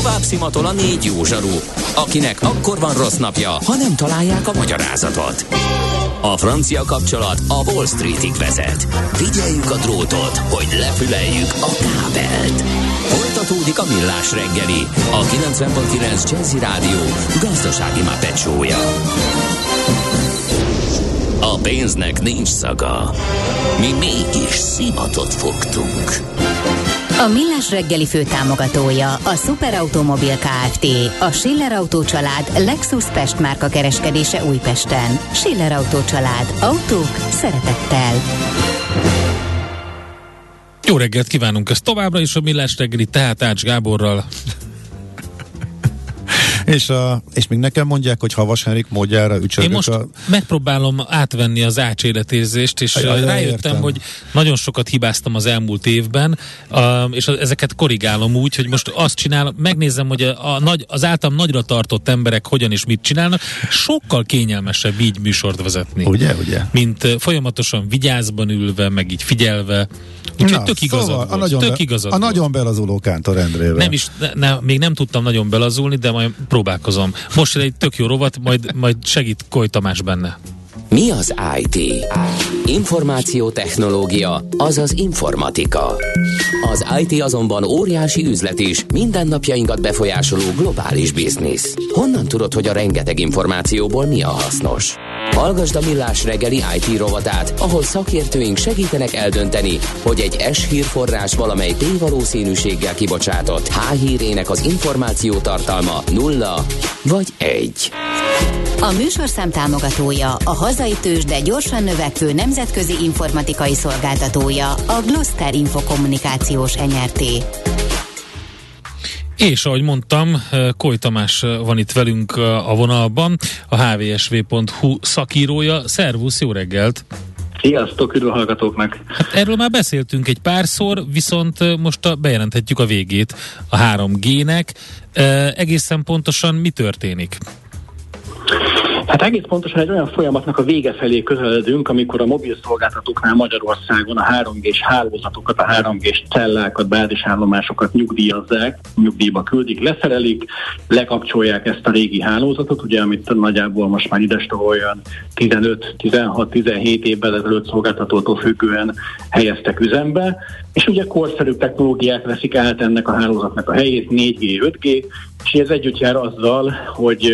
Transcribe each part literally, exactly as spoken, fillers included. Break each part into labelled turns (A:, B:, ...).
A: Tovább szimatol a négy jó zsaru, akinek akkor van rossz napja, ha nem találják a magyarázatot. A francia kapcsolat a Wall Streetig vezet. Figyeljük a drótot, hogy lefüleljük a kábelt. Folytatódik a Millás reggeli, a kilencven pont kilenc Jazzy Rádió gazdasági Muppet show-ja. A pénznek nincs szaga. Mi mégis szimatot fogtunk.
B: A Millás reggeli főtámogatója a Superautomobil Kft. A Schiller Autó család Lexus Pest márka kereskedése Újpesten. Schiller Autó család. Autók szeretettel.
C: Jó reggelt kívánunk, ez továbbra is a Millás reggeli, tehát Ács Gáborral.
D: És, a, és még nekem mondják, hogy Havas Henrik módjára ücsörgök.
C: Én most
D: a...
C: megpróbálom átvenni az Ács életérzést, és
D: Ajaj,
C: rájöttem,
D: értem.
C: hogy nagyon sokat hibáztam az elmúlt évben, uh, és ezeket korrigálom úgy, hogy most azt csinálom, megnézem, hogy a, a nagy, az általam nagyra tartott emberek hogyan és mit csinálnak, sokkal kényelmesebb így műsort vezetni.
D: Ugye, ugye?
C: Mint uh, folyamatosan vigyázban ülve, meg így figyelve. Úgyhogy
D: Na,
C: tök igazad
D: szóval
C: volt.
D: A nagyon,
C: Tök
D: be,
C: igazad
D: a
C: volt.
D: nagyon belazuló Kántor Endrével.
C: Nem is, ne, ne, még nem tudtam nagyon belazulni, de majd próbálkozom. Most egy tök jó rovat, majd, majd segít Koly Tamás benne.
A: Mi az i té? Információtechnológia, azaz informatika. Az i té azonban óriási üzlet is, mindennapjainkat befolyásoló globális biznisz. Honnan tudod, hogy a rengeteg információból mi a hasznos? Hallgasd a Millás reggeli i té rovatát, ahol szakértőink segítenek eldönteni, hogy egy S-hírforrás valamely P-valószínűséggel kibocsátott H-hírének az információ tartalma nulla vagy egy.
B: A műsorszám támogatója, a hazai tőzsde gyorsan növekvő nemzetközi informatikai szolgáltatója, a Gloster Infokommunikációs en er té.
C: És ahogy mondtam, Koly Tamás van itt velünk a vonalban, a há vé es vé pont hú szakírója. Szervusz, jó reggelt!
E: Sziasztok, üdv a hallgatóknak!
C: Hát erről már beszéltünk egy párszor, viszont most a, bejelenthetjük a végét a három G-nek. E, egészen pontosan mi történik?
E: Hát egész pontosan egy olyan folyamatnak a vége felé közeledünk, amikor a mobil szolgáltatóknál Magyarországon a három G-s hálózatokat, a három G-s cellákat, bázisállomásokat nyugdíjazzák, nyugdíjba küldik, leszerelik, lekapcsolják ezt a régi hálózatot, ugye, amit nagyjából most már idestől olyan tizenöt, tizenhat, tizenhét évvel ezelőtt szolgáltatótól függően helyeztek üzembe, és ugye korszerű technológiák veszik át ennek a hálózatnak a helyét, négy G, öt G, és ez együtt jár azzal, hogy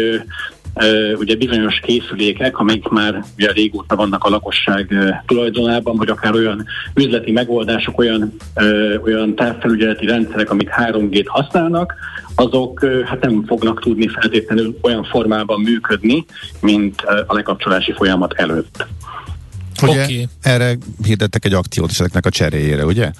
E: Uh, ugye bizonyos készülékek, amik már ugye régóta vannak a lakosság uh, tulajdonában, vagy akár olyan üzleti megoldások, olyan, uh, olyan távfelügyeleti rendszerek, amik három G-t használnak, azok uh, hát nem fognak tudni feltétlenül olyan formában működni, mint uh, a lekapcsolási folyamat előtt.
D: Ugye
C: Okay.
D: erre hirdettek egy akciót is ezeknek a cseréjére, ugye?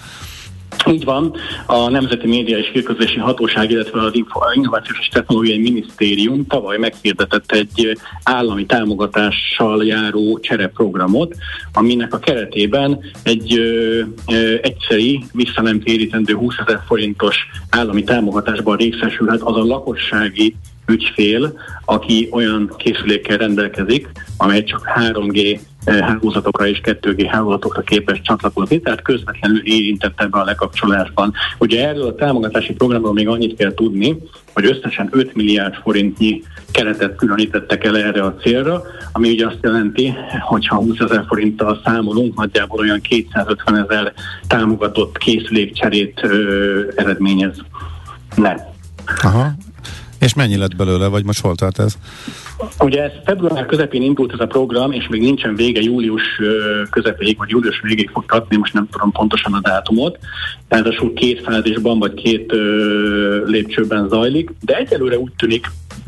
E: Így van, a Nemzeti Média és Hírközlési Hatóság, illetve az Innovációs és Technológiai Minisztérium tavaly meghirdetett egy állami támogatással járó csereprogramot, aminek a keretében egy ö, ö, egyszeri, vissza nem térítendő húszezer forintos állami támogatásban részesülhet az a lakossági ügyfél, aki olyan készülékkel rendelkezik, amely csak három G hálózatokra és kettő G hálózatokra képes csatlakozni, tehát közvetlenül érintett ebbe a lekapcsolásban. Ugye erről a támogatási programról még annyit kell tudni, hogy összesen öt milliárd forintnyi keretet különítettek el erre a célra, ami ugye azt jelenti, hogyha húszezer forinttal számolunk, nagyjából olyan kétszázötvenezer támogatott készülékcserét ö, eredményez. Ne.
D: Aha. És mennyi lett belőle, vagy most hol tart ez?
E: Ugye ez február közepén indult ez a program, és még nincsen vége, július közepéig, vagy július végéig fog tartani, most nem tudom pontosan a dátumot. Ráadásul két fázisban, vagy két ö, lépcsőben zajlik, de egyelőre úgy tűnik,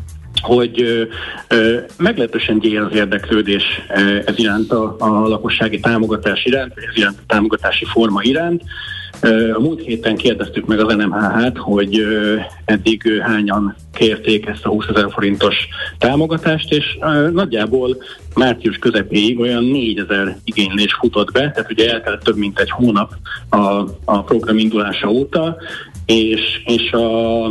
E: hogy ö, ö, meglehetősen gyér az érdeklődés ö, ez iránt a, a lakossági támogatás iránt, vagy ez iránt a támogatási forma iránt. A múlt héten kérdeztük meg az en em há há-t, hogy uh, eddig uh, hányan kérték ezt a húszezer forintos támogatást, és uh, nagyjából március közepéig olyan négyezer igénylés futott be, tehát ugye eltelt több mint egy hónap a, a program indulása óta, és, és a,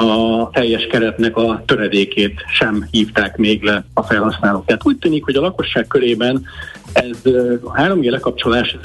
E: a teljes keretnek a töredékét sem hívták még le a felhasználók. Tehát úgy tűnik, hogy a lakosság körében ez a három G lekapcsolás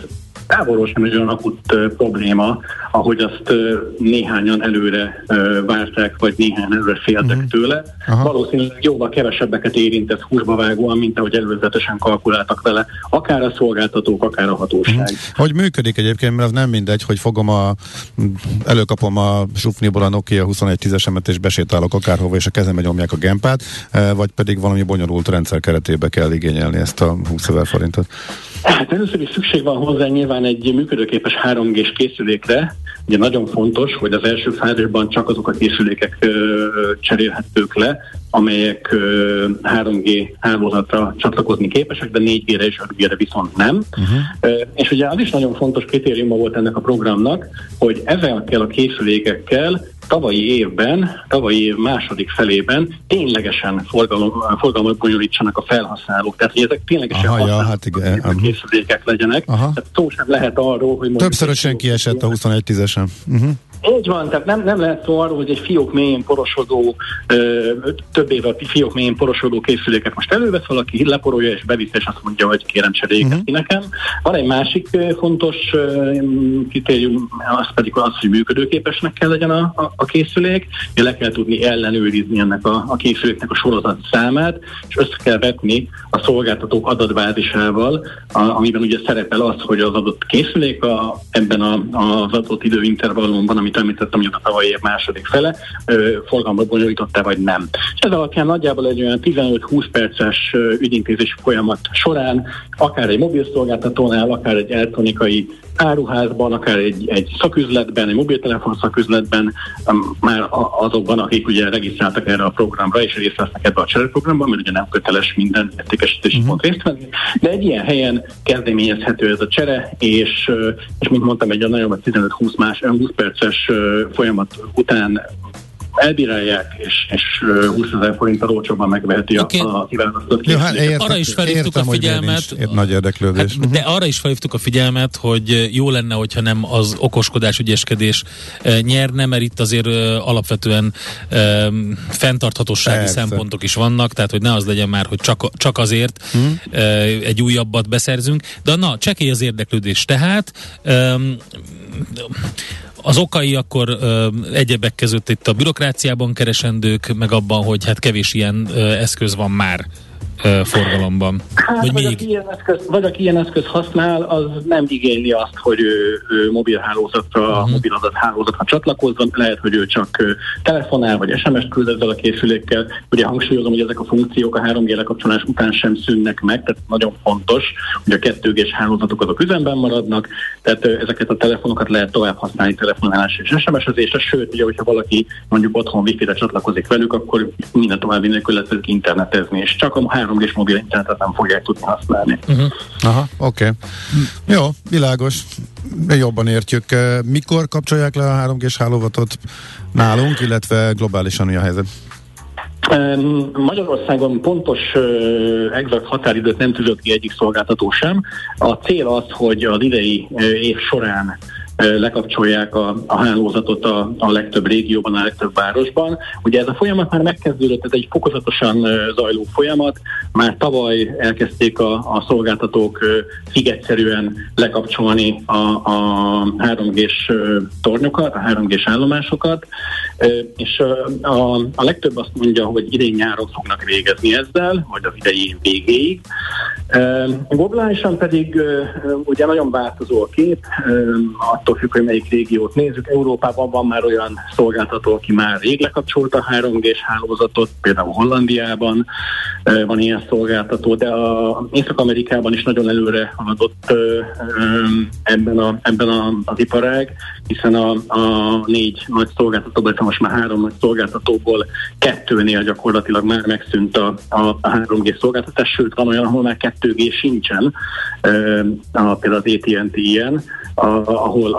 E: távolról sem egy olyan akut uh, probléma, ahogy azt uh, néhányan előre uh, várták, vagy néhányan előre féltek uh-huh. tőle. Aha. Valószínűleg jóval kevesebbeket érintett húsba vágóan, mint ahogy előzetesen kalkuláltak vele, akár a szolgáltatók, akár a hatóság. Uh-huh.
D: Hogy működik egyébként, mert az nem mindegy, hogy fogom a, előkapom a zsufniból a Nokia huszonegy tízesemet és besétálok akárhova, és a kezembe nyomják a gempát, vagy pedig valami bonyolult rendszer keretébe kell igényelni ezt a húszezer forintot?
E: Hát először is szükség van hozzá nyilván egy működőképes három gés készülékre. Ugye nagyon fontos, hogy az első fázisban csak azok a készülékek ö, cserélhetők le, amelyek ö, három gé hálózatra csatlakozni képesek, de négy gére és öt gére viszont nem. Uh-huh. Ö, és ugye az is nagyon fontos kritériuma volt ennek a programnak, hogy ezekkel a készülékekkel tavalyi évben, tavalyi év második felében ténylegesen forgalom, forgalmat bonyolítsanak a felhasználók. Tehát, hogy ezek ténylegesen
D: Aha,
E: használható
D: ja, hát igen.
E: készülékek legyenek. Aha. Tehát szó sem lehet arról, hogy...
D: Többszörösen kiesett a huszonegy tízesen. Uh-huh.
E: Így van, tehát nem, nem lehet szó arról, hogy egy fiók mélyén porosodó, ö, több éve fiók mélyén porosodó készüléket most elővesz valaki, leporolja és bevisz, és azt mondja, hogy kérem cseréljék uh-huh. ki nekem. Van egy másik fontos ö, kritérium, az pedig az, hogy működőképesnek kell legyen a, a, a készülék, le kell tudni ellenőrizni ennek a, a készüléknek a sorozat számát, és össze kell vetni a szolgáltatók adatbázisával, a, amiben ugye szerepel az, hogy az adott készülék a, ebben a, az adott időintervallumban, amit említettem, hogy a tavalyi év második fele ö, forgalmat bonyolította, vagy nem. És ez alapján nagyjából egy olyan tizenöt-húsz perces ö, ügyintézési folyamat során, akár egy mobilszolgáltatónál, akár egy elektronikai áruházban, akár egy, egy szaküzletben, egy mobiltelefon szaküzletben, um, már a, azokban, akik ugye regisztráltak erre a programra, és részt vesznek ebbe a csereprogramban, mert ugye nem köteles minden értékesítési uh-huh. pont részt venni, de egy ilyen helyen kezdeményezhető ez a csere, és, és mint mondtam, egy nagyon tizenöt-húsz más, húsz perces folyamat után elbírálják, és, és húszezer forinttal olcsóban megveheti okay. a, a kiválasztott
D: ja, hát értem,
C: arra is felhívtuk
D: értem,
C: a figyelmet.
D: Ér, nagy érdeklődés.
C: Hát, de arra is felhívtuk a figyelmet, hogy jó lenne, hogyha nem az okoskodás, ügyeskedés e, nyerne, mert itt azért e, alapvetően e, fenntarthatósági Persze. szempontok is vannak, tehát hogy ne az legyen már, hogy csak, csak azért hmm. e, egy újabbat beszerzünk. De na, csekély az érdeklődés. Tehát e, az okai akkor ö, egyebek között itt a bürokráciában keresendők, meg abban, hogy hát kevés ilyen ö, eszköz van már ö, forgalomban.
E: Hát, vagy, vagy, még... aki ilyen eszköz, vagy aki ilyen eszköz használ, az nem igényli azt, hogy ő, ő mobilhálózatra, uh-huh. mobiladathálózatra csatlakozzon. Lehet, hogy ő csak telefonál, vagy es em es-t küld ezzel a készülékkel. Ugye hangsúlyozom, hogy ezek a funkciók a három gé lekapcsolás után sem szűnnek meg, tehát nagyon fontos, hogy a kettő gés hálózatok azok üzemben maradnak, tehát ezeket a telefonokat lehet tovább használni telefonálás és es em es-ezésre, sőt, ugye, hogyha valaki mondjuk otthon wifi-re csatlakozik velük, akkor minden további nélkül lehet velük internetezni, és csak a három gés mobil internetet nem fogják tudni használni.
D: Uh-huh. Aha, oké. Okay. Jó, világos. Jobban értjük. Mikor kapcsolják le a három gés hálózatot nálunk, illetve globálisan mi a helyzet?
E: Magyarországon pontos exakt határidőt nem tűzött ki egyik szolgáltató sem. A cél az, hogy az idei év során lekapcsolják a, a hálózatot a, a legtöbb régióban, a legtöbb városban. Ugye ez a folyamat már megkezdődött, ez egy fokozatosan zajló folyamat. Már tavaly elkezdték a, a szolgáltatók szigetszerűen lekapcsolni a, a három gés tornyokat, a három gés állomásokat, és a, a legtöbb azt mondja, hogy idén nyáron fognak végezni ezzel, vagy az idei év végéig. Globálisan pedig ugye nagyon változó a kép, attól függ, hogy melyik régiót nézzük. Európában van már olyan szolgáltató, aki már rég lekapcsolta a három gés hálózatot, például Hollandiában van ilyen szolgáltató, de a Észak-Amerikában is nagyon előre haladott ebben, a, ebben a, az iparág, hiszen a, a négy nagy szolgáltatóból, most már három nagy szolgáltatóból kettőnél gyakorlatilag már megszűnt a, a, a három gés szolgáltatás, sőt van olyan, ahol már kettő gé sincsen, a, például az á té és té ilyen, a, ahol,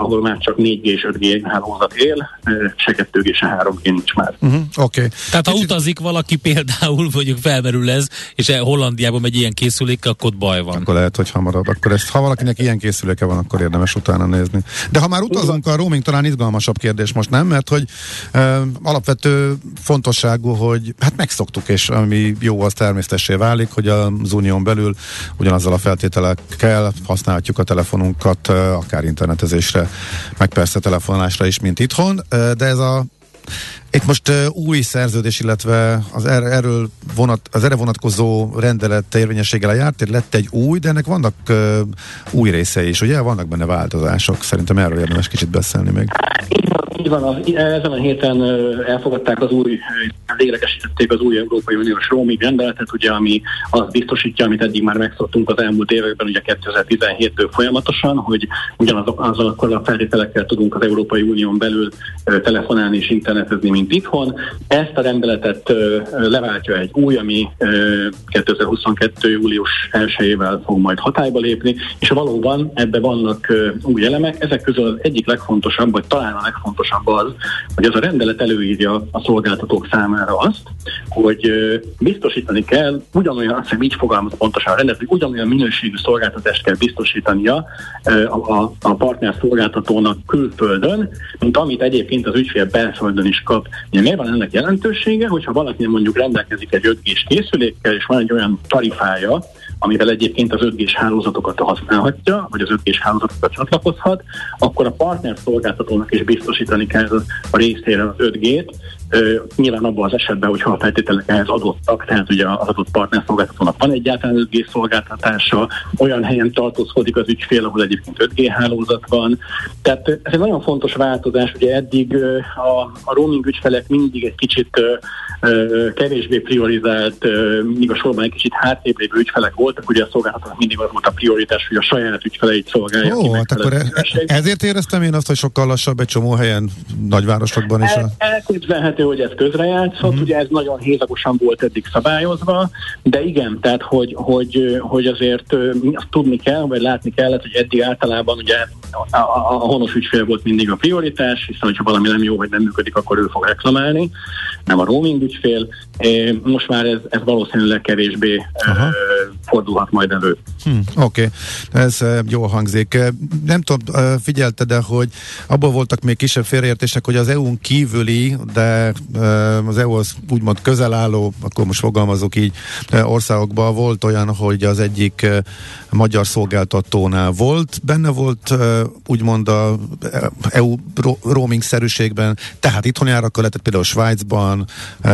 E: ahol már csak négy G és öt G hálózat él, se kettő G, se három G nincs már.
D: Uh-huh, Oké. Okay.
C: Tehát ha utazik valaki például, mondjuk felmerül ez, és Hollandiában megy ilyen készülékkel, akkor baj van.
D: Akkor lehet, hogy hamarabb. Akkor ezt, ha valakinek ilyen készüléke van, akkor érdemes utána nézni. De ha már utazunk, a roaming talán izgalmasabb kérdés most, nem? Mert hogy e, alapvető fontosságú, hogy hát megszoktuk, és ami jó, az természetessé válik, hogy az unión belül ugyanazzal a feltételekkel használhatjuk a telefonunkat, akár internetezésre, meg persze telefonálásra is, mint itthon, de ez a itt most uh, új szerződés, illetve az, er, erről vonat, az erre vonatkozó rendelet érvényességgel járt, lett egy új, de ennek vannak uh, új részei is, ugye? Vannak benne változások. Szerintem erről érdemes kicsit beszélni még.
E: Így van, így van. Az, ezen a héten uh, elfogadták az új, véglegesítették az új Európai Uniós roaming rendeletet, ugye, ami azt biztosítja, amit eddig már megszoktunk az elmúlt években, ugye kétezer-tizenhéttől folyamatosan, hogy ugyanazokkal a feltételekkel tudunk az Európai Unión belül uh, telefonálni és internetezni, mint itthon. Ezt a rendeletet uh, leváltja egy új, ami uh, kétezer-huszonkettő július elsejével fog majd hatályba lépni, és valóban ebben vannak uh, új elemek. Ezek közül az egyik legfontosabb, vagy talán a legfontosabb az, hogy ez a rendelet előírja a szolgáltatók számára azt, hogy uh, biztosítani kell, ugyanolyan, azt hiszem így fogalmaz pontosan a rendelet, hogy ugyanolyan minőségű szolgáltatást kell biztosítania uh, a, a partner szolgáltatónak külföldön, mint amit egyébként az ügyfél belföldön is kap. Ugye miért van ennek jelentősége, hogyha valaki mondjuk rendelkezik egy öt G-s készülékkel, és van egy olyan tarifája, amivel egyébként az öt G-s hálózatokat használhatja, vagy az öt G-s hálózatokat csatlakozhat, akkor a partner szolgáltatónak is biztosítani kell a részére az öt G-t, Uh, nyilván abban az esetben, hogyha a feltételek ehhez adottak, tehát ugye az adott partnerszolgáltatónak van egyáltalán öt G szolgáltatása, olyan helyen tartózkodik az ügyfél, ahol egyébként öt G hálózat van. Tehát ez egy nagyon fontos változás, ugye eddig uh, a, a roaming ügyfelek mindig egy kicsit uh, uh, kevésbé priorizált, uh, míg a sorban egy kicsit hátrébb lévő ügyfelek voltak, ugye a szolgáltatónak mindig az volt a prioritás, hogy a saját ügyfeleit szolgálja.
D: Ó, hát akkor e- ezért éreztem én azt, hogy sokkal lassabb egy csomó helyen, nagyvárosokban is.
E: El, elképzelhető, hogy ez közrejátszott, mm. ugye ez nagyon hézagosan volt eddig szabályozva, de igen, tehát hogy, hogy, hogy azért azt tudni kell, vagy látni kellett, hogy eddig általában ugye a, a, a honos ügyfél volt mindig a prioritás, hiszen hogyha valami nem jó, vagy nem működik, akkor ő fog reklamálni, nem a roaming ügyfél. Most már ez, ez valószínűleg kevésbé Aha. fordulhat majd elő.
D: Hm, Oké, okay. Ez jól hangzik. Nem tudom, figyelte, de hogy abból voltak még kisebb félreértések, hogy az é u-n kívüli, de az é u-hoz úgymond közel álló, akkor most fogalmazok így, országokban volt olyan, hogy az egyik magyar szolgáltatónál volt, benne volt úgymond a é u roaming-szerűségben, tehát itthoni árakkal lehetett, például Svájcban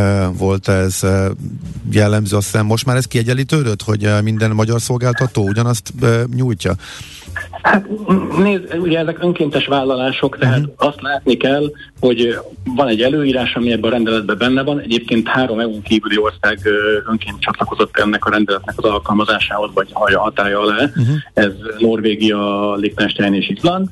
D: volt ez jellemző, azt hiszem most már ez kiegyenlítődött, hogy minden magyar szolgáltató ugyanazt nyújtja?
E: Hát nézd, ugye ezek önkéntes vállalások, tehát uh-huh. azt látni kell, hogy van egy előírás, ami ebben a rendeletben benne van. Egyébként három é u-n kívüli ország önként csatlakozott ennek a rendeletnek az alkalmazásához, vagy a hatálya alá. Uh-huh. Ez Norvégia, Liechtenstein és Izland.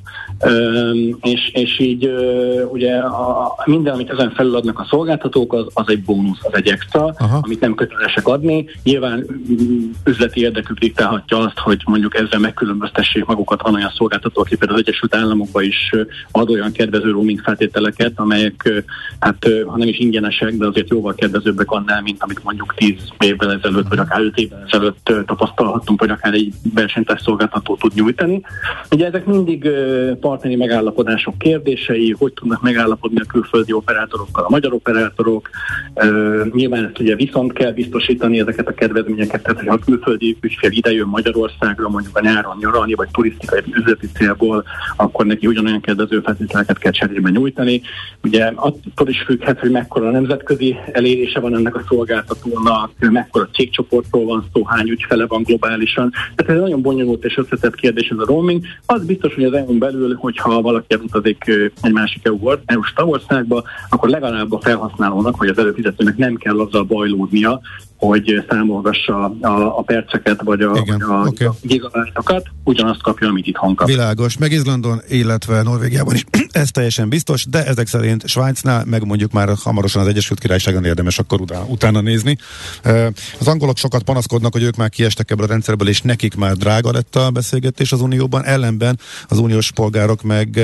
E: Üm, és, és így ugye a, minden, amit ezen felüladnak a szolgáltatók, az, az egy bónusz, az egy extra, uh-huh. amit nem kötelesek adni. Nyilván üzleti érdekük diktálhatja azt, hogy mondjuk ezzel megkülönböztessék magukat. Van olyan szolgáltató, aki például az Egyesült Államokban is ad olyan kedvező roaming feltételeket, amelyek hát ha nem is ingyenesek, de azért jóval kedvezőbbek annál, mint amit mondjuk tíz évvel ezelőtt, vagy akár öt évvel ezelőtt tapasztalhattunk, vagy akár egy versenytárs szolgáltató tud nyújtani. Ugye ezek mindig partneri megállapodások kérdései, hogy tudnak megállapodni a külföldi operátorokkal a magyar operátorok. Nyilván ezt ugye viszont kell biztosítani ezeket a kedvezményeket, tehát ha a külföldi ügyfél idejön Magyarországra, mondjuk a nyáron nyaralni, vagy turisztikai üzleti célból, akkor neki ugyanolyan kedvező feltételeket kell cserében nyújtani. Ugye attól is függhet, hogy mekkora nemzetközi elérése van ennek a szolgáltatónak, mekkora cégcsoportról van szó, hány ügyfele van globálisan. Tehát ez nagyon bonyolult és összetett kérdés ez a roaming. Az biztos, hogy az é u-n belül, hogyha valaki elutazik egy másik é u-s tagországba, akkor legalább a felhasználónak, vagy az előfizetőnek nem kell azzal bajlódnia, hogy számolgassa a, a perceket, vagy a,
D: Igen,
E: a,
D: okay.
E: a gigabájtokat, ugyanazt kapja, amit itthon kap.
D: Világos, meg Izlandon, illetve Norvégiában is ez teljesen biztos, de ezek szerint Svájcnál, meg mondjuk már hamarosan az Egyesült Királyságon érdemes akkor utána, utána nézni. Az angolok sokat panaszkodnak, hogy ők már kiestek ebből a rendszerből, és nekik már drága lett a beszélgetés az Unióban, ellenben az uniós polgárok meg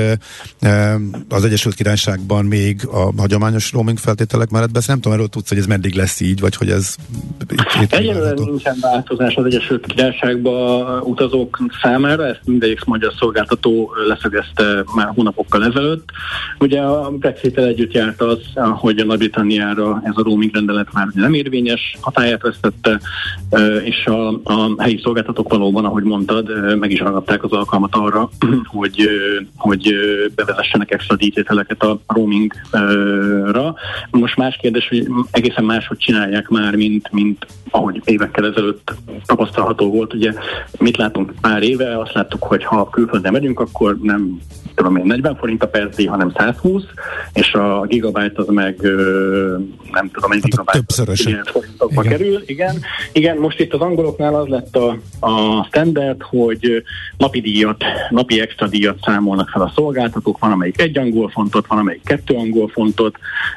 D: az Egyesült Királyságban még a hagyományos roaming feltételek mellett beszél. Nem tudom, erről tudsz, hogy ez meddig lesz így, vagy hogy ez...
E: Egyelőre nincsen változás az Egyesült Királyságba utazók számára, ezt mindegyik magyar szolgáltató leszögezte már hónapokkal ezelőtt. Ugye a Brexit-tel együtt járt az, hogy a Nagy-Britanniára ez a roaming rendelet már nem érvényes, hatályát vesztette, és a, a helyi szolgáltatók valóban, ahogy mondtad, meg is ragadták az alkalmat arra, hogy, hogy bevezessenek extra díjtételeket a roamingra. Most más kérdés, hogy egészen máshogy csinálják már, mint, mint ahogy évekkel ezelőtt tapasztalható volt. Ugye mit látunk pár éve? Azt láttuk, hogy ha külföldre megyünk, akkor nem tudom én, negyven forint a percdíj, hanem száz húsz, és a gigabyte az meg nem tudom, egy gigabyte ilyen forintokba igen. kerül. Igen. Igen, most itt az angoloknál az lett a, a standard, hogy napi díjat, napi extra díjat számolnak fel a szolgáltatók, van amelyik egy angol fontot, van amelyik kettő angol fontot.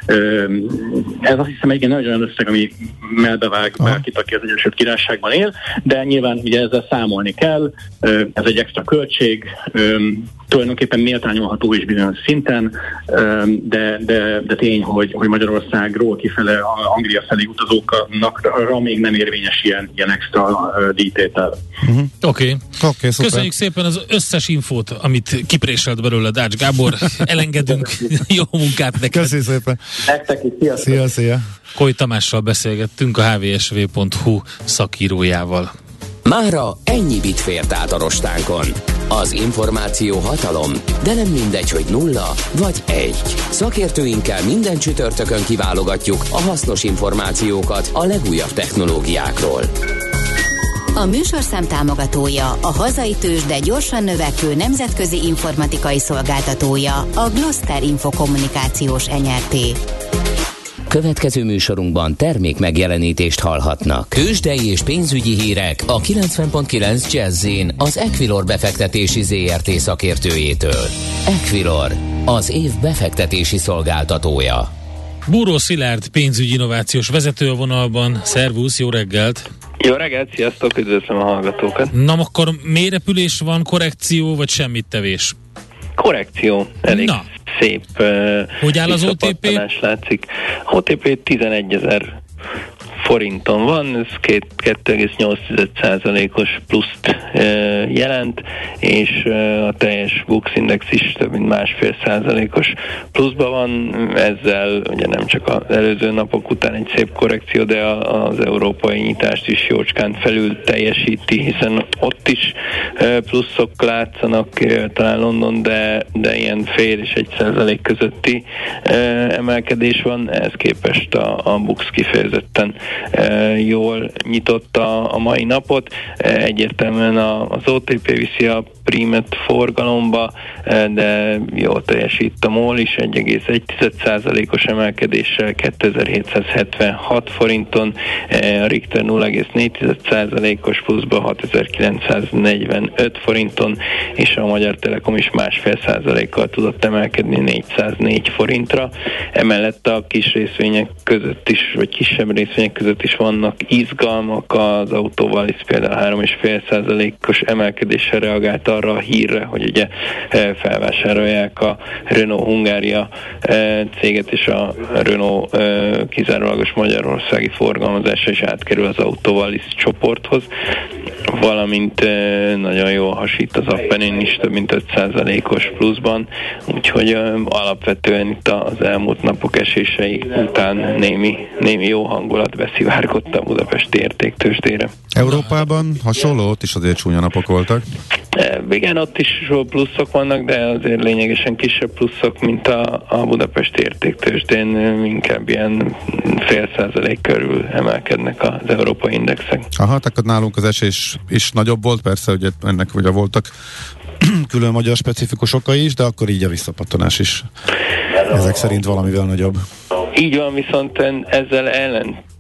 E: Ez azt hiszem egy nagyon összeg, ami melbevág bárkit, aki az Egyesült Királyságban él, de nyilván ugye ezzel számolni kell, ez egy extra költség, tulajdonképpen méltányolható is bizonyos szinten, de, de, de tény, hogy, hogy Magyarországról kifele, Anglia felé utazóknak még nem érvényes ilyen, ilyen extra díjtétel.
C: Uh-huh. Oké. Okay.
D: Okay,
C: köszönjük szépen az összes infót, amit kipréselt belőle Dács Gábor. Elengedünk. Jó munkát neked.
D: Köszönjük szépen.
E: Nektek is. Sziasztok.
D: Szia, szia.
C: Koly Tamással beszélgettünk, a há vé es vé pont hú szakírójával.
A: Mára ennyi bit fért át a rostánkon. Az információ hatalom, de nem mindegy, hogy nulla vagy egy. Szakértőinkkel minden csütörtökön kiválogatjuk a hasznos információkat a legújabb technológiákról.
B: A műsorszám támogatója, a hazai tőzsde gyorsan növekvő nemzetközi informatikai szolgáltatója, a Gloster Infokommunikációs Enyerté.
A: Következő műsorunkban termék megjelenítést hallhatnak. Tőzsdei és pénzügyi hírek a kilencven pont kilenc Jazz-in az Equilor befektetési zé er té szakértőjétől. Equilor, az év befektetési szolgáltatója.
C: Búró Szilárd pénzügyi innovációs vezető a vonalban. Szervusz, jó reggelt!
F: Jó reggelt, sziasztok, üdvözlöm a hallgatókat!
C: Na, akkor mélyrepülés van, korrekció, vagy semmit tevés?
F: Korrekció, elég Na. szép.
C: Hogy áll az o té pé?
F: Látszik. o té pé tizenegyezer forinton van, ez kettő egész nyolc százalékos pluszt e, jelent, és e, a teljes Bux Index is több mint másfél százalékos pluszban van, ezzel ugye nem csak az előző napok után egy szép korrekció, de a, az európai nyitást is jócskán felül teljesíti, hiszen ott is e, pluszok látszanak, e, talán London, de, de ilyen fél és egy százalék közötti e, emelkedés van, ehhez képest a, a Bux kifejezetten jól nyitott a, a mai napot. Egyértelműen a, az o té pé viszi a prímet forgalomba, de jól teljesít a MOL is, egy egész egy százalékos emelkedéssel kétezer-hétszázhetvenhat forinton, a Richter nulla egész négy százalékos pluszba hatezer-kilencszáznegyvenöt forinton, és a Magyar Telekom is másfél százalékkal tudott emelkedni négyszáznégy forintra. Emellett a kis részvények között is, vagy kisebb részvények között is vannak izgalmak, az Autovalis például három egész öt százalékos emelkedéssel reagált arra a hírre, hogy ugye felvásárolják a Renault Hungária céget, és a Renault kizárólagos magyarországi forgalmazása is átkerül az Autovalis csoporthoz, valamint nagyon jól hasít az Appenin is, több mint öt százalékos pluszban, úgyhogy alapvetően itt az elmúlt napok esései után némi, némi jó hangulat beszivárgott a budapesti értéktőzsdére.
D: Európában hasonló, ott is azért csúnya napok voltak.
F: Igen, ott is pluszok vannak, de azért lényegesen kisebb pluszok, mint a, a budapesti értéktőzsdén, inkább ilyen fél százalék körül emelkednek az európai indexek.
D: Aha, tehát nálunk az esés is nagyobb volt, persze, ugye ennek ugye voltak külön magyar specifikus okai is, de akkor így a visszapattanás is ezek szerint valamivel nagyobb.
F: Így van, viszont ezzel ellen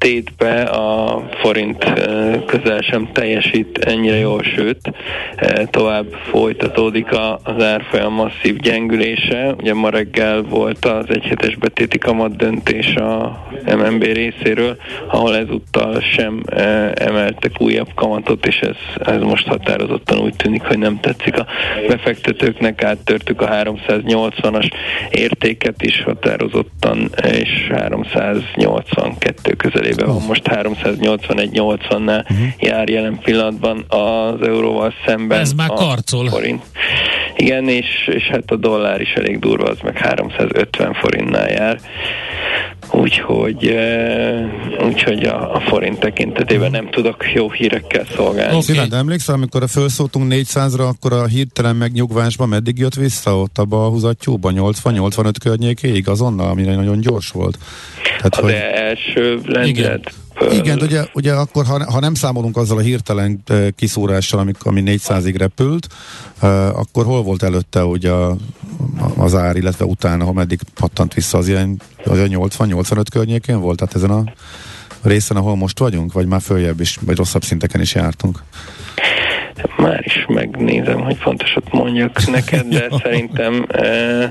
F: tétbe a forint közel sem teljesít ennyire jól, sőt, tovább folytatódik az árfolyam masszív gyengülése. Ugye ma reggel volt az egyhetes betéti kamat döntés a em en bé részéről, ahol ezúttal sem emeltek újabb kamatot, és ez, ez most határozottan úgy tűnik, hogy nem tetszik a befektetőknek. Áttörtük a háromszáznyolcvanas értéket is határozottan, és háromszáznyolcvankettő közelében van, most háromszáznyolcvanegy nyolcvannál uh-huh. jár jelen pillanatban az euróval szemben.
C: Ez már karcol.
F: Forint. Igen, és, és hát a dollár is elég durva, az meg háromszázötven forintnál jár. Úgyhogy, e, úgyhogy a, a forint tekintetében nem tudok jó hírekkel szolgálni.
D: Okay. Szilárd, emlékszel, amikor felszóltunk négyszázra, akkor a hirtelen megnyugvásban meddig jött vissza ott abba a húzattyúba? nyolcvan-nyolcvanöt környékéig azonnal, amire nagyon gyors volt. Tehát,
F: az
D: hogy...
F: első lendület.
D: Igen, de ugye, ugye akkor, ha, ha nem számolunk azzal a hirtelen uh, kiszúrással, ami, ami négyszázig repült, uh, akkor hol volt előtte ugye a, az ár, illetve utána, ha meddig pattant vissza, az ilyen az nyolcvan-nyolcvanöt környékén volt? Tehát ezen a részen, ahol most vagyunk, vagy már följebb is, vagy rosszabb szinteken is jártunk?
F: Már is megnézem, hogy pontosat mondjak neked, de szerintem uh,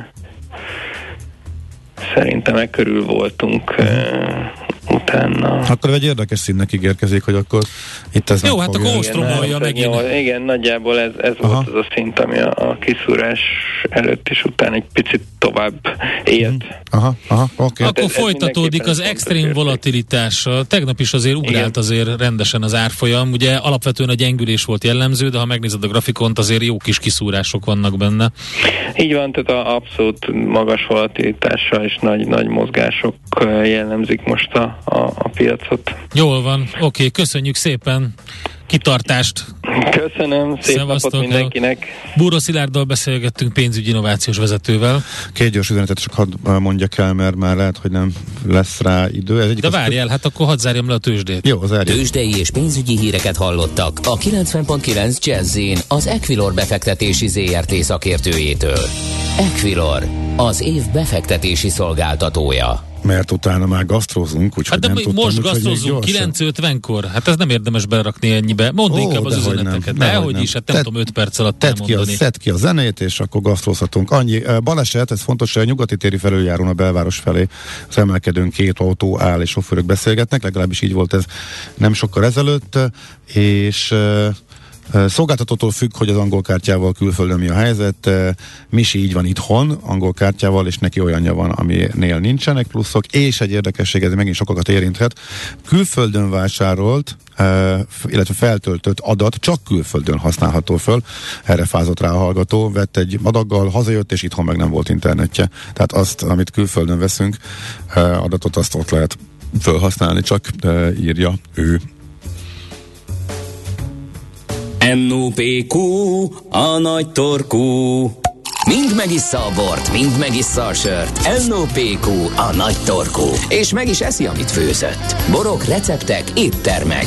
F: szerintem e körül voltunk uh, utána.
D: Akkor egy érdekes színnek ígérkezik, hogy akkor itt ez
C: jó,
D: nem
C: hát
D: fogja.
C: akkor ostromolja megint.
F: Igen, nagyjából ez, ez volt az a szint, ami a, a kiszúrás előtt és után egy picit tovább élt.
D: Aha, aha, oké. Okay.
C: Akkor
F: ez, ez
C: folytatódik az extrém volatilitás. Tegnap is azért ugrált azért rendesen az árfolyam. Ugye alapvetően a gyengülés volt jellemző, de ha megnézed a grafikont, azért jó kis kiszúrások vannak benne.
F: Így van, tehát a abszolút magas volatilitással és nagy, nagy mozgások jellemzik most a, a, a piacot.
C: Jól van, oké, okay, köszönjük szépen kitartást.
F: Köszönöm, szép Szevasztok, napot mindenkinek.
C: Búró Szilárddal beszélgettünk, pénzügyi innovációs vezetővel.
D: Két gyors üzenetet csak hadd mondjak el, mert már lehet, hogy nem lesz rá idő. Ez
C: De várjál, hát akkor hadd zárjam le a tőzsdét.
D: Jó, az árján.
A: Tőzsdei és pénzügyi híreket hallottak a kilencven pont kilenc Jazz-in az Equilor befektetési zé er té szakértőjétől. Equilor, az év befektetési szolgáltatója.
D: Mert utána már gasztrózunk, úgyhogy
C: hát de
D: nem tudtam,
C: most gasztrozunk kilenc ötvenkor, hát ez nem érdemes berakni ennyibe. Mondd
D: Ó,
C: inkább az üzeneteket. Dehogy is, hát nem tudom öt perc alatt
D: tedd ki, a, tedd ki a zenét, és akkor gasztrózhatunk. Annyi baleset, ez fontos, hogy a nyugati téri felüljáron a belváros felé az emelkedőn két autó áll, és sofőrök beszélgetnek, legalábbis így volt ez nem sokkal ezelőtt, és szolgáltatótól függ, hogy az angol kártyával külföldön mi a helyzet. Misi így van itthon, angol kártyával, és neki olyanja van, aminél nincsenek pluszok, és egy érdekesség, ez megint sokakat érinthet. Külföldön vásárolt, illetve feltöltött adat csak külföldön használható föl. Erre fázott rá a hallgató, vett egy adaggal, hazajött, és itthon meg nem volt internetje. Tehát azt, amit külföldön veszünk, adatot azt ott lehet felhasználni, csak írja ő.
A: en o pé kú, a nagy torkú. Mind megissza a bort, mind megissza a sört. en o pé kú, a nagy torkú. És meg is eszi, amit főzött. Borok, receptek, éttermek.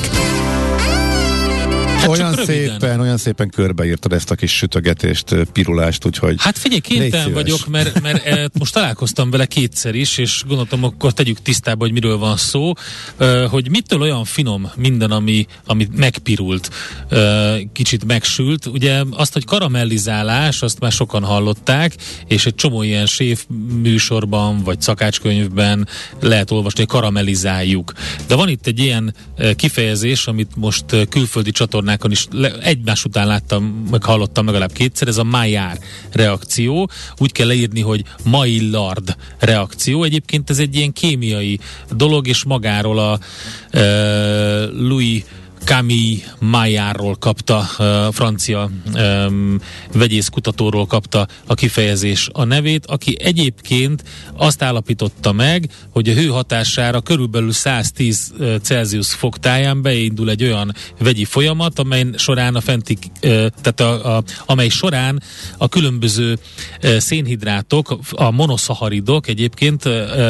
C: Hát
D: olyan szépen, olyan szépen körbeírtad ezt a kis sütögetést, pirulást, úgyhogy...
C: Hát figyelj, kénytelen vagyok, mert, mert e, most találkoztam vele kétszer is, és gondoltam, akkor tegyük tisztába, hogy miről van szó, e, hogy mitől olyan finom minden, ami, ami megpirult, e, kicsit megsült. Ugye azt, hogy karamellizálás, azt már sokan hallották, és egy csomó ilyen séf műsorban, vagy szakácskönyvben lehet olvasni, hogy karamellizáljuk. De van itt egy ilyen e, kifejezés, amit most e, külföldi csatornák is le, egymás után láttam, meg hallottam legalább kétszer, ez a Maillard reakció. Úgy kell leírni, hogy Maillard reakció. Egyébként ez egy ilyen kémiai dolog, és magáról a e, Louis Camille Maillardról kapta, a francia um, vegyészkutatóról kapta a kifejezés a nevét, aki egyébként azt állapította meg, hogy a hő hatására körülbelül száztíz Celsius fok táján beindul egy olyan vegyi folyamat, amely során a fenti, tehát a, a, amely során a különböző szénhidrátok, a monoszaharidok egyébként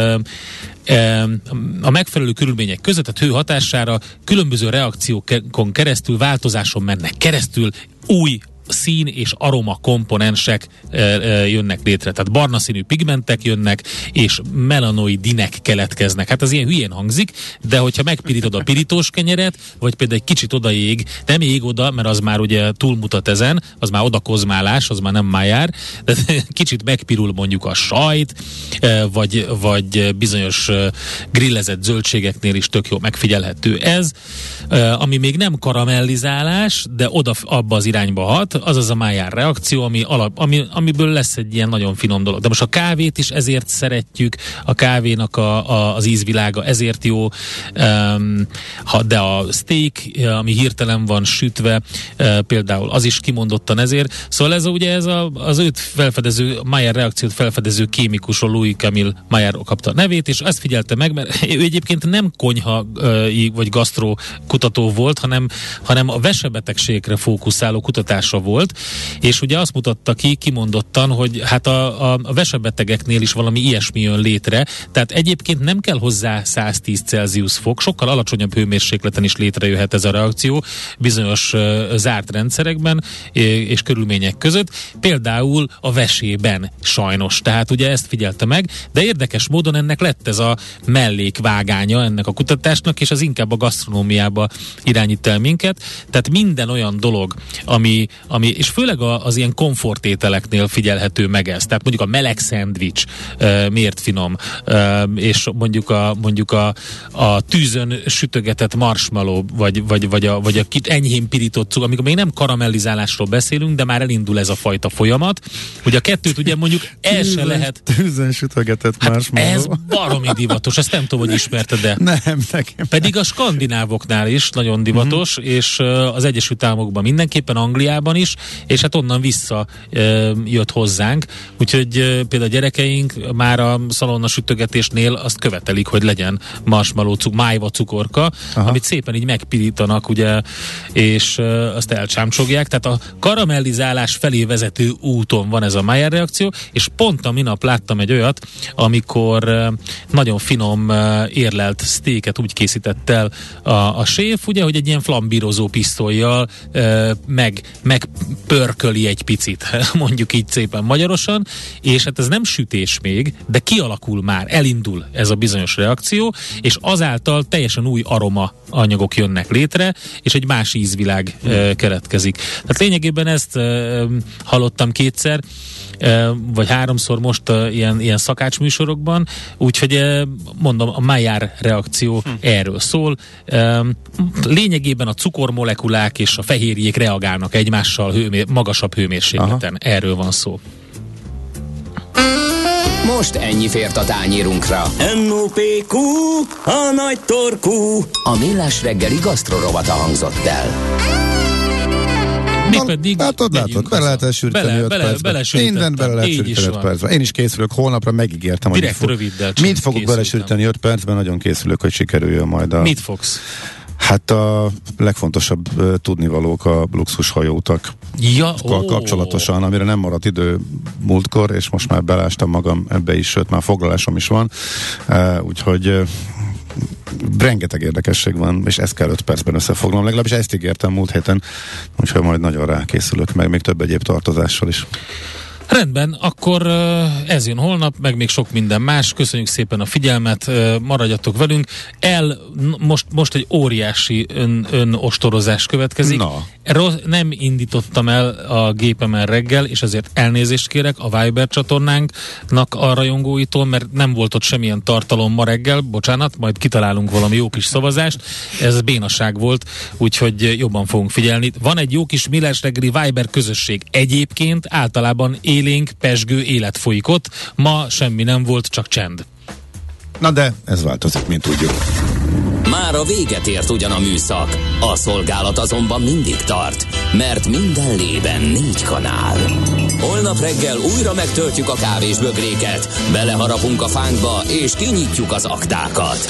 C: a megfelelő körülmények között, tehát hő hatására különböző reakciókon keresztül, változáson mennek keresztül, új szín és aroma komponensek e, e, jönnek létre. Tehát barna színű pigmentek jönnek, és melanoidinek keletkeznek. Hát az ilyen hülyén hangzik, de hogyha megpirítod a pirítós kenyeret, vagy például egy kicsit odaég, nem ég oda, mert az már ugye túlmutat ezen, az már odakozmálás, az már nem májár, de kicsit megpirul mondjuk a sajt, vagy, vagy bizonyos grillezett zöldségeknél is tök jó megfigyelhető ez. Ami még nem karamellizálás, de oda abba az irányba hat, az az a Maillard reakció, ami alap, ami, amiből lesz egy ilyen nagyon finom dolog. De most a kávét is ezért szeretjük, a kávénak a, a, az ízvilága ezért jó, um, ha, de a steak, ami hirtelen van sütve, uh, például az is kimondottan ezért. Szóval ez ugye ez a, az őt felfedező, Maillard reakciót felfedező kémikusról Louis Camille Maillard kapta a nevét, és ezt figyelte meg, mert ő egyébként nem konyha uh, vagy gasztró kutató volt, hanem, hanem a vesebetegségekre fókuszáló kutatása volt, és ugye azt mutatta ki kimondottan, hogy hát a, a, a vesebetegeknél is valami ilyesmi jön létre, tehát egyébként nem kell hozzá száztíz Celsius fok, sokkal alacsonyabb hőmérsékleten is létrejöhet ez a reakció bizonyos uh, zárt rendszerekben és, és körülmények között, például a vesében sajnos, tehát ugye ezt figyelte meg, de érdekes módon ennek lett ez a mellékvágánya ennek a kutatásnak, és az inkább a gasztronómiába irányít el minket, tehát minden olyan dolog, ami, ami és főleg a, az ilyen komfortételeknél figyelhető meg ez, tehát mondjuk a meleg szendvics uh, miért finom, uh, és mondjuk a, mondjuk a, a tűzön sütögetett marshmallow, vagy, vagy, vagy a, vagy a enyhén pirított cukor, amikor még nem karamellizálásról beszélünk, de már elindul ez a fajta folyamat, hogy a kettőt ugye mondjuk el se lehet...
D: Tűzön sütögetett marshmallow.
C: Hát ez baromi divatos, ezt nem tudom, hogy ismerted, de...
D: Nem, nekem.
C: Pedig a skandinávoknál is nagyon divatos, uh-huh. és uh, az Egyesült Államokban mindenképpen, Angliában is, és hát onnan vissza uh, jött hozzánk, úgyhogy uh, például a gyerekeink már a szalonna sütögetésnél azt követelik, hogy legyen marshmallow, cuk, májva cukorka, aha. amit szépen így megpirítanak, ugye, és uh, azt elcsámcsogják, tehát a karamellizálás felé vezető úton van ez a Maillard reakció, és pont a minap láttam egy olyat, amikor uh, nagyon finom uh, érlelt sztéket úgy készített el a, a séf, ugye, hogy egy ilyen flambírozó pisztollyal uh, meg, megpörköli egy picit, mondjuk így szépen magyarosan, és hát ez nem sütés még, de kialakul már, elindul ez a bizonyos reakció, és azáltal teljesen új aroma anyagok jönnek létre, és egy más ízvilág uh, keletkezik. Tehát lényegében ezt uh, hallottam kétszer, Uh, vagy háromszor most uh, ilyen, ilyen szakácsműsorokban, úgyhogy uh, mondom, a Maillard reakció hm. erről szól. Uh, lényegében a cukormolekulák és a fehérjék reagálnak egymással hőmér, magasabb hőmérsékleten. Aha. Erről van szó.
A: Most ennyi fért a tányérunkra.
G: em o pé kú, a nagy torkú.
A: A Millás reggeli gasztrorovata hangzott el.
C: Mi pedig
D: látod, látod, bele lehet sűríteni öt percben. Minden bele lehet sűríteni öt percben. Én is készülök, holnapra megígértem, hogy
C: direkt röviddel
D: mind fogok belesűríteni öt percben, nagyon készülök, hogy sikerüljön majd a...
C: Mit fogsz?
D: Hát a legfontosabb uh, tudnivalók a luxushajóutak
C: ja,
D: kapcsolatosan, amire nem maradt idő múltkor, és most már belástam magam ebbe is, sőt már foglalásom is van, uh, úgyhogy uh, rengeteg érdekesség van, és ezt kell öt percben összefoglalom, legalábbis ezt ígértem múlt héten, úgyhogy majd nagyon rákészülök, meg még több egyéb tartozással is.
C: Rendben, akkor ez jön holnap, meg még sok minden más. Köszönjük szépen a figyelmet, maradjatok velünk. El, most, most egy óriási ön, önostorozás következik.
D: Na.
C: Rossz, nem indítottam el a gépemen reggel, és ezért elnézést kérek a Viber csatornánknak a rajongóitól, mert nem volt ott semmilyen tartalom ma reggel, bocsánat, majd kitalálunk valami jó kis szavazást. Ez bénaság volt, úgyhogy jobban fogunk figyelni. Van egy jó kis Millás reggeli Viber közösség. Egyébként általában élénk, pezsgő élet folyik ott. Ma semmi nem volt, csak csend.
D: Na de ez változik, mint tudjuk.
A: Már a véget ért ugyan a műszak, a szolgálat azonban mindig tart, mert minden lében négy kanál. Holnap reggel újra megtöltjük a kávésbögréket, beleharapunk a fánkba és kinyitjuk az aktákat.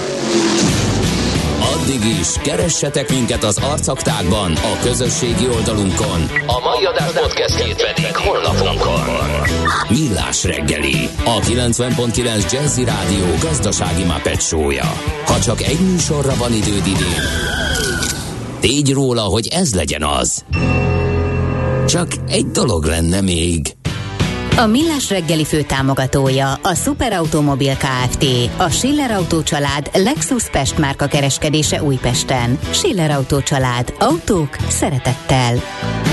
A: Addig is keressetek minket az arcaktákban, a közösségi oldalunkon. A mai adás podcastjét pedig honlapunkon. Millás reggeli, a kilencven pont kilenc Jazzy Rádió gazdasági Muppet show-ja. Ha csak egy műsorra van időd idén, tégy róla, hogy ez legyen az. Csak egy dolog lenne még.
B: A Millás reggeli főtámogatója a Superautomobil Kft. A Schiller Autó család Lexus Pest márka kereskedése Újpesten. Schiller Autó család. Autók szeretettel.